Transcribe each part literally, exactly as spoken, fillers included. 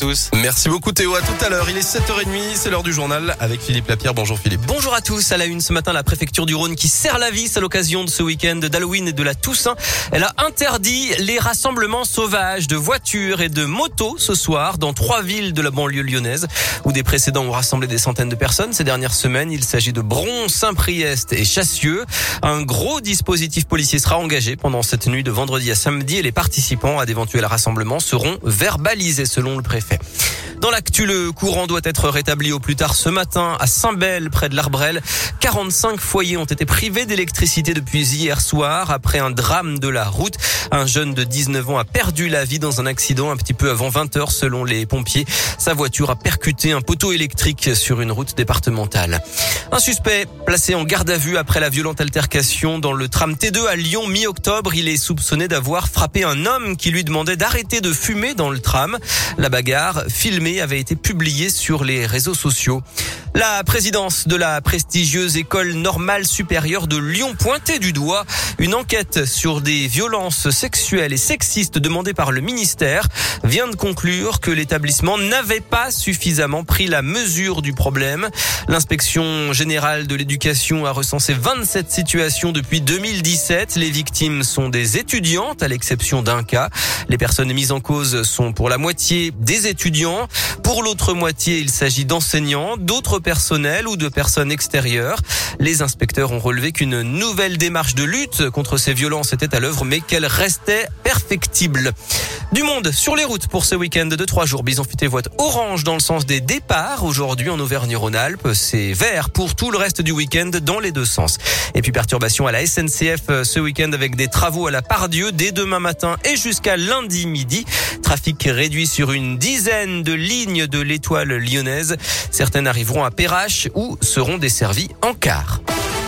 tous. Merci beaucoup Théo, à tout à l'heure. Il est sept heures trente, c'est l'heure du journal avec Philippe Lapierre. Bonjour Philippe. Bonjour à tous. À la une ce matin, la préfecture du Rhône qui serre la vis à l'occasion de ce week-end d'Halloween et de la Toussaint. Elle a interdit les rassemblements sauvages de voitures et de motos ce soir dans trois villes de la banlieue lyonnaise où des précédents ont rassemblé des centaines de personnes ces dernières semaines. Il s'agit de Bron, Saint-Priest et Chassieux. Un gros dispositif policier sera engagé pendant cette nuit de vendredi à samedi et les participants à d'éventuels rassemblements seront verbalisés selon le préfet. Dans l'actu, le courant doit être rétabli au plus tard ce matin à Saint-Bel, près de l'Arbrel. quarante-cinq foyers ont été privés d'électricité depuis hier soir après un drame de la route. Un jeune de dix-neuf ans a perdu la vie dans un accident un petit peu avant vingt heures selon les pompiers. Sa voiture a percuté un poteau électrique sur une route départementale. Un suspect placé en garde à vue après la violente altercation dans le tram T deux à Lyon mi-octobre. Il est soupçonné d'avoir frappé un homme qui lui demandait d'arrêter de fumer dans le tram. La bagarre filmée avait été publiée sur les réseaux sociaux. La présidence de la prestigieuse école normale supérieure de Lyon pointait du doigt une enquête sur des violences sexuelles et sexistes demandées par le ministère vient de conclure que l'établissement n'avait pas suffisamment pris la mesure du problème. L'inspection générale de l'éducation a recensé vingt-sept situations depuis deux mille dix-sept. Les victimes sont des étudiantes à l'exception d'un cas. Les personnes mises en cause sont pour la moitié des étudiants. Pour l'autre moitié, il s'agit d'enseignants, d'autres personnels ou de personnes extérieures. Les inspecteurs ont relevé qu'une nouvelle démarche de lutte contre ces violences était à l'œuvre, mais qu'elle restait perfectible. Du monde sur les routes pour ce week-end de trois jours. Bison futé vote orange dans le sens des départs. Aujourd'hui en Auvergne-Rhône-Alpes, c'est vert pour tout le reste du week-end dans les deux sens. Et puis perturbation à la S N C F ce week-end avec des travaux à la Pardieu dès demain matin et jusqu'à lundi midi. Trafic réduit sur une dizaine de lignes de l'étoile lyonnaise. Certaines arriveront à Perrache ou seront desservies en car.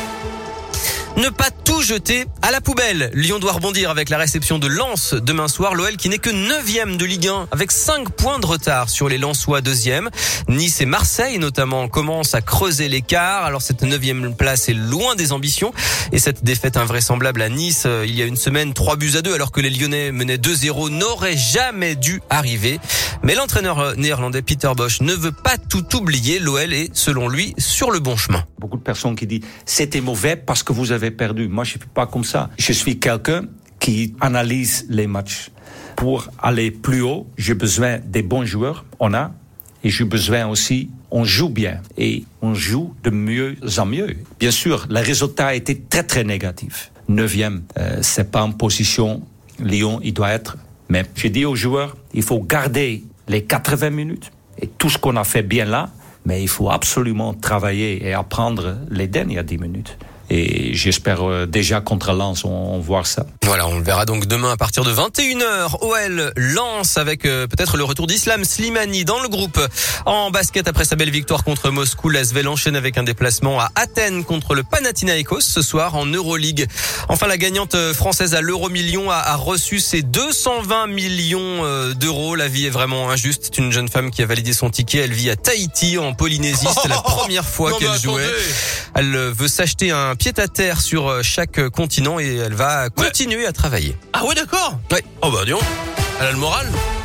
Ne pas tout jeter à la poubelle. Lyon doit rebondir avec la réception de Lens demain soir. L'O L qui n'est que neuvième de Ligue un avec cinq points de retard sur les Lensois deuxième. Nice et Marseille notamment commencent à creuser l'écart. Alors cette neuvième place est loin des ambitions. Et cette défaite invraisemblable à Nice il y a une semaine, trois buts à deux alors que les Lyonnais menaient deux zéro n'aurait jamais dû arriver. Mais l'entraîneur néerlandais Peter Bosz ne veut pas tout oublier. L'O L est selon lui sur le bon chemin. Beaucoup de personnes qui disent c'était mauvais parce que vous avez perdu. Moi, je ne suis pas comme ça. Je suis quelqu'un qui analyse les matchs. Pour aller plus haut, j'ai besoin des bons joueurs. On a. Et j'ai besoin aussi, on joue bien. Et on joue de mieux en mieux. Bien sûr, le résultat était très, très négatif. Neuvième, euh, c'est pas en position. Lyon, il doit être. Mais j'ai dit aux joueurs, il faut garder les quatre-vingts minutes. Et tout ce qu'on a fait bien là, mais il faut absolument travailler et apprendre les dernières dix minutes. Et j'espère déjà contre Lens, on, on voit ça. Voilà, on le verra donc demain à partir de vingt et une heures. O L Lens avec euh, peut-être le retour d'Islam Slimani dans le groupe. En basket, après sa belle victoire contre Moscou, l'Asvel enchaîne avec un déplacement à Athènes contre le Panathinaikos ce soir en Euroleague. Enfin, la gagnante française à l'Euro-Million a, a reçu ses deux cent vingt millions d'euros. La vie est vraiment injuste. C'est une jeune femme qui a validé son ticket. Elle vit à Tahiti en Polynésie. C'est la première fois non, qu'elle jouait. Elle veut s'acheter un pied-à-terre sur chaque continent et elle va continuer ouais. à travailler. Ah ouais, d'accord. Ouais. Oh bah dis donc, elle a le moral.